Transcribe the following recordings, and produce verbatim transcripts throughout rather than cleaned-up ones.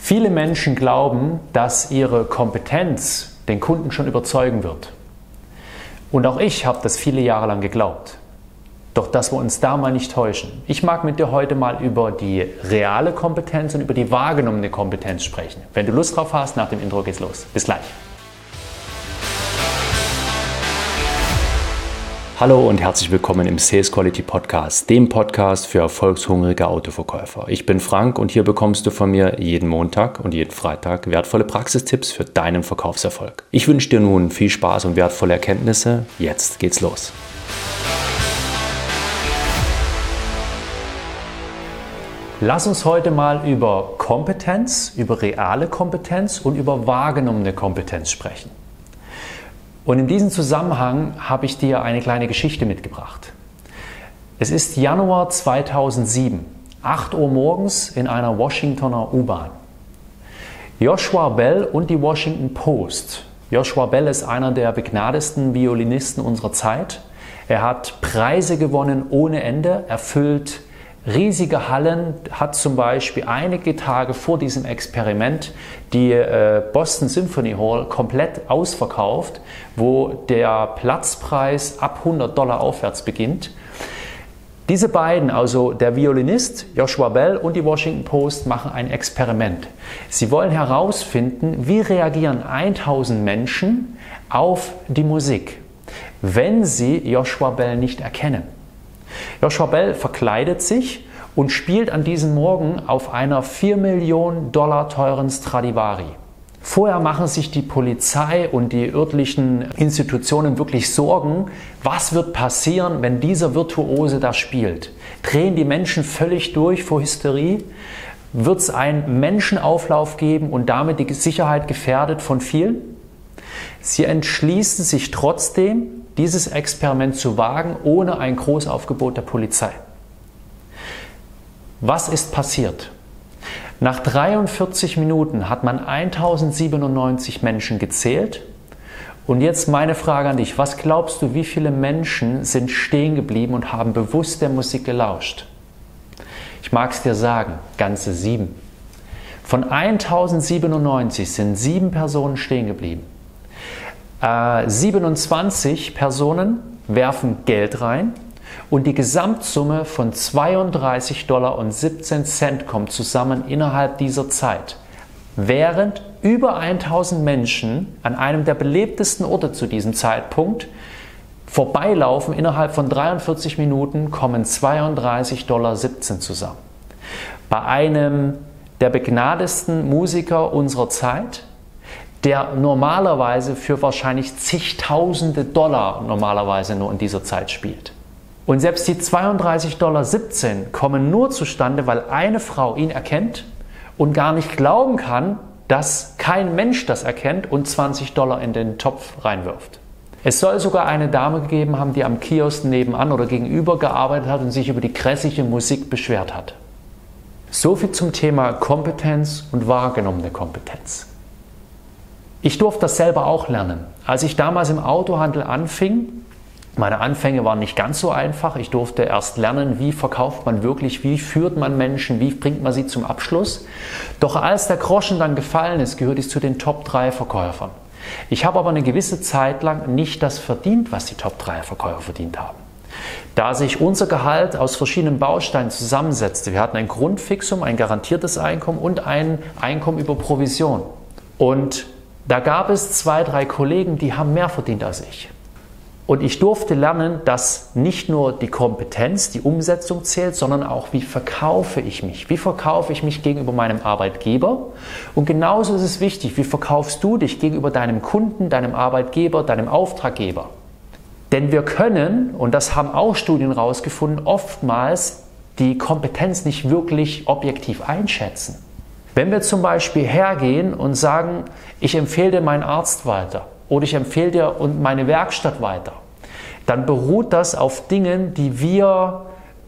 Viele Menschen glauben, dass ihre Kompetenz den Kunden schon überzeugen wird. Und auch ich habe das viele Jahre lang geglaubt. Doch dass wir uns da mal nicht täuschen. Ich mag mit dir heute mal über die reale Kompetenz und über die wahrgenommene Kompetenz sprechen. Wenn du Lust drauf hast, nach dem Intro geht's los. Bis gleich. Hallo und herzlich willkommen im Sales Quality Podcast, dem Podcast für erfolgshungrige Autoverkäufer. Ich bin Frank und hier bekommst du von mir jeden Montag und jeden Freitag wertvolle Praxistipps für deinen Verkaufserfolg. Ich wünsche dir nun viel Spaß und wertvolle Erkenntnisse. Jetzt geht's los. Lass uns heute mal über Kompetenz, über reale Kompetenz und über wahrgenommene Kompetenz sprechen. Und in diesem Zusammenhang habe ich dir eine kleine Geschichte mitgebracht. Es ist Januar zweitausendsieben, acht Uhr morgens in einer Washingtoner U-Bahn. Joshua Bell und die Washington Post. Joshua Bell ist einer der begnadesten Violinisten unserer Zeit. Er hat Preise gewonnen ohne Ende, erfüllt riesige Hallen, hat zum Beispiel einige Tage vor diesem Experiment die äh, Boston Symphony Hall komplett ausverkauft, wo der Platzpreis ab hundert Dollar aufwärts beginnt. Diese beiden, also der Violinist Joshua Bell und die Washington Post, machen ein Experiment. Sie wollen herausfinden, wie reagieren tausend Menschen auf die Musik, wenn sie Joshua Bell nicht erkennen. Joshua Bell verkleidet sich und spielt an diesem Morgen auf einer vier Millionen Dollar teuren Stradivari. Vorher machen sich die Polizei und die örtlichen Institutionen wirklich Sorgen, was wird passieren, wenn dieser Virtuose da spielt. Drehen die Menschen völlig durch vor Hysterie? Wird es einen Menschenauflauf geben und damit die Sicherheit gefährdet von vielen? Sie entschließen sich trotzdem, dieses Experiment zu wagen, ohne ein Großaufgebot der Polizei. Was ist passiert? Nach dreiundvierzig Minuten hat man tausendsiebenundneunzig Menschen gezählt. Und jetzt meine Frage an dich. Was glaubst du, wie viele Menschen sind stehen geblieben und haben bewusst der Musik gelauscht? Ich mag es dir sagen, ganze sieben. Von tausendsiebenundneunzig sind sieben Personen stehen geblieben. Äh, siebenundzwanzig Personen werfen Geld rein und die Gesamtsumme von zweiunddreißig Dollar und siebzehn Cent kommt zusammen innerhalb dieser Zeit. Während über tausend Menschen an einem der belebtesten Orte zu diesem Zeitpunkt vorbeilaufen, innerhalb von dreiundvierzig Minuten kommen zweiunddreißig Dollar siebzehn zusammen. Bei einem der begnadesten Musiker unserer Zeit, der normalerweise für wahrscheinlich zigtausende Dollar normalerweise nur in dieser Zeit spielt. Und selbst die zweiunddreißig Dollar siebzehn kommen nur zustande, weil eine Frau ihn erkennt und gar nicht glauben kann, dass kein Mensch das erkennt und zwanzig Dollar in den Topf reinwirft. Es soll sogar eine Dame gegeben haben, die am Kiosk nebenan oder gegenüber gearbeitet hat und sich über die grässliche Musik beschwert hat. So viel zum Thema Kompetenz und wahrgenommene Kompetenz. Ich durfte das selber auch lernen. Als ich damals im Autohandel anfing, meine Anfänge waren nicht ganz so einfach. Ich durfte erst lernen, wie verkauft man wirklich, wie führt man Menschen, wie bringt man sie zum Abschluss. Doch als der Groschen dann gefallen ist, gehörte ich zu den Top drei Verkäufern. Ich habe aber eine gewisse Zeit lang nicht das verdient, was die Top drei Verkäufer verdient haben. Da sich unser Gehalt aus verschiedenen Bausteinen zusammensetzte, wir hatten ein Grundfixum, ein garantiertes Einkommen und ein Einkommen über Provision. Und da gab es zwei, drei Kollegen, die haben mehr verdient als ich. Und ich durfte lernen, dass nicht nur die Kompetenz, die Umsetzung zählt, sondern auch, wie verkaufe ich mich? Wie verkaufe ich mich gegenüber meinem Arbeitgeber? Und genauso ist es wichtig, wie verkaufst du dich gegenüber deinem Kunden, deinem Arbeitgeber, deinem Auftraggeber? Denn wir können, und das haben auch Studien herausgefunden, oftmals die Kompetenz nicht wirklich objektiv einschätzen. Wenn wir zum Beispiel hergehen und sagen, ich empfehle dir meinen Arzt weiter oder ich empfehle dir meine Werkstatt weiter, dann beruht das auf Dingen, die wir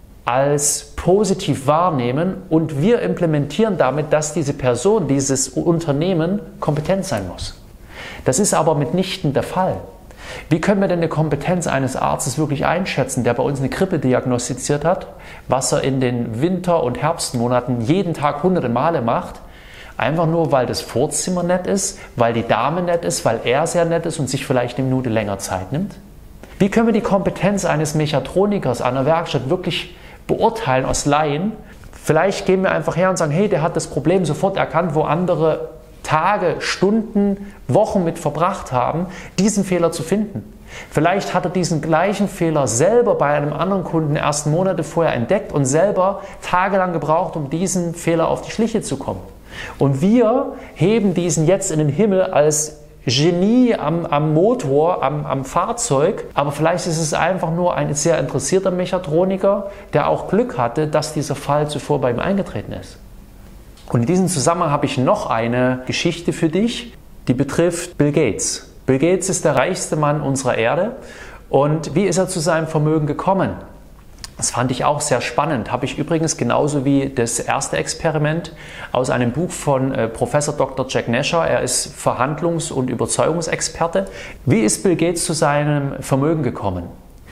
als positiv wahrnehmen und wir implementieren damit, dass diese Person, dieses Unternehmen kompetent sein muss. Das ist aber mitnichten der Fall. Wie können wir denn die Kompetenz eines Arztes wirklich einschätzen, der bei uns eine Grippe diagnostiziert hat, was er in den Winter- und Herbstmonaten jeden Tag hunderte Male macht, Einfach nur, weil das Vorzimmer nett ist, weil die Dame nett ist, weil er sehr nett ist und sich vielleicht eine Minute länger Zeit nimmt? Wie können wir die Kompetenz eines Mechatronikers, einer Werkstatt wirklich beurteilen aus Laien? Vielleicht gehen wir einfach her und sagen, hey, der hat das Problem sofort erkannt, wo andere Tage, Stunden, Wochen mit verbracht haben, diesen Fehler zu finden. Vielleicht hat er diesen gleichen Fehler selber bei einem anderen Kunden erst Monate vorher entdeckt und selber tagelang gebraucht, um diesen Fehler auf die Schliche zu kommen. Und wir heben diesen jetzt in den Himmel als Genie am, am Motor, am, am Fahrzeug, aber vielleicht ist es einfach nur ein sehr interessierter Mechatroniker, der auch Glück hatte, dass dieser Fall zuvor bei ihm eingetreten ist. Und in diesem Zusammenhang habe ich noch eine Geschichte für dich, die betrifft Bill Gates. Bill Gates ist der reichste Mann unserer Erde. Und wie ist er zu seinem Vermögen gekommen? Das fand ich auch sehr spannend. Habe ich übrigens genauso wie das erste Experiment aus einem Buch von äh, Professor Doktor Jack Nasher. Er ist Verhandlungs- und Überzeugungsexperte. Wie ist Bill Gates zu seinem Vermögen gekommen?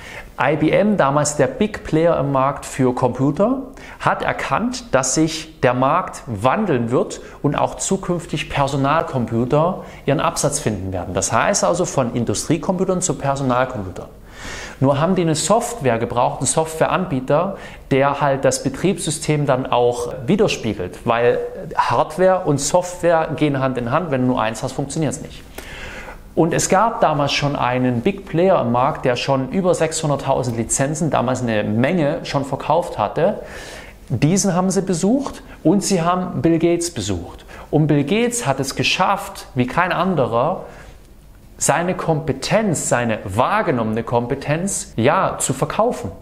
I B M, damals der Big Player im Markt für Computer, hat erkannt, dass sich der Markt wandeln wird und auch zukünftig Personalcomputer ihren Absatz finden werden. Das heißt also von Industriecomputern zu Personalcomputern. Nur haben die eine Software gebraucht, einen Softwareanbieter, der halt das Betriebssystem dann auch widerspiegelt, weil Hardware und Software gehen Hand in Hand. Wenn du nur eins hast, funktioniert es nicht. Und es gab damals schon einen Big Player im Markt, der schon über sechshunderttausend Lizenzen, damals eine Menge, schon verkauft hatte. Diesen haben sie besucht und sie haben Bill Gates besucht. Und Bill Gates hat es geschafft, wie kein anderer, seine Kompetenz, seine wahrgenommene Kompetenz, ja, zu verkaufen.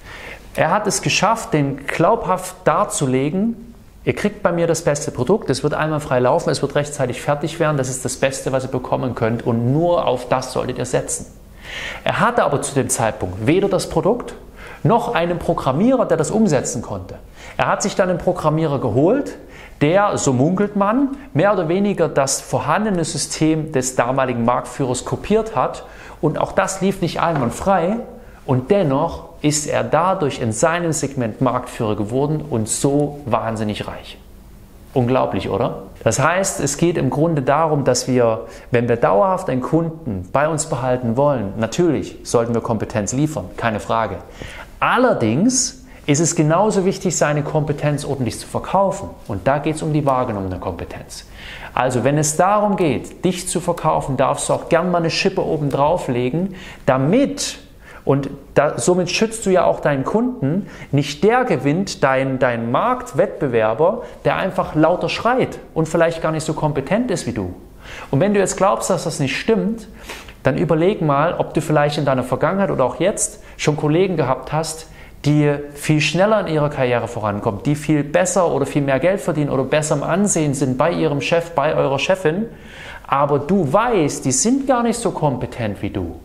Er hat es geschafft, den glaubhaft darzulegen, ihr kriegt bei mir das beste Produkt, es wird einmal frei laufen, es wird rechtzeitig fertig werden, das ist das Beste, was ihr bekommen könnt und nur auf das solltet ihr setzen. Er hatte aber zu dem Zeitpunkt weder das Produkt noch einen Programmierer, der das umsetzen konnte. Er hat sich dann einen Programmierer geholt, der, so munkelt man, mehr oder weniger das vorhandene System des damaligen Marktführers kopiert hat und auch das lief nicht einwandfrei und dennoch ist er dadurch in seinem Segment Marktführer geworden und so wahnsinnig reich. Unglaublich, oder? Das heißt, es geht im Grunde darum, dass wir, wenn wir dauerhaft einen Kunden bei uns behalten wollen, natürlich sollten wir Kompetenz liefern, keine Frage. Allerdings ist es genauso wichtig, seine Kompetenz ordentlich zu verkaufen. Und da geht es um die wahrgenommene Kompetenz. Also wenn es darum geht, dich zu verkaufen, darfst du auch gern mal eine Schippe oben drauflegen, damit, und da, somit schützt du ja auch deinen Kunden, nicht der gewinnt, dein, dein Marktwettbewerber, der einfach lauter schreit und vielleicht gar nicht so kompetent ist wie du. Und wenn du jetzt glaubst, dass das nicht stimmt, dann überleg mal, ob du vielleicht in deiner Vergangenheit oder auch jetzt schon Kollegen gehabt hast, die viel schneller in ihrer Karriere vorankommen, die viel besser oder viel mehr Geld verdienen oder besser im Ansehen sind bei ihrem Chef, bei eurer Chefin, aber du weißt, die sind gar nicht so kompetent wie du.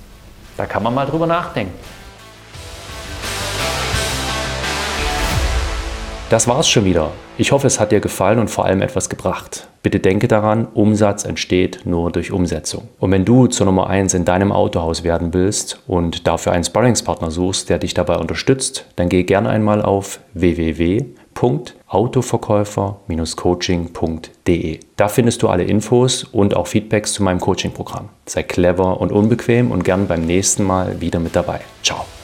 Da kann man mal drüber nachdenken. Das war's schon wieder. Ich hoffe, es hat dir gefallen und vor allem etwas gebracht. Bitte denke daran, Umsatz entsteht nur durch Umsetzung. Und wenn du zur Nummer eins in deinem Autohaus werden willst und dafür einen Sparringspartner suchst, der dich dabei unterstützt, dann geh gerne einmal auf w w w punkt autoverkäufer Bindestrich coaching punkt de. Da findest du alle Infos und auch Feedbacks zu meinem Coaching-Programm. Sei clever und unbequem und gern beim nächsten Mal wieder mit dabei. Ciao.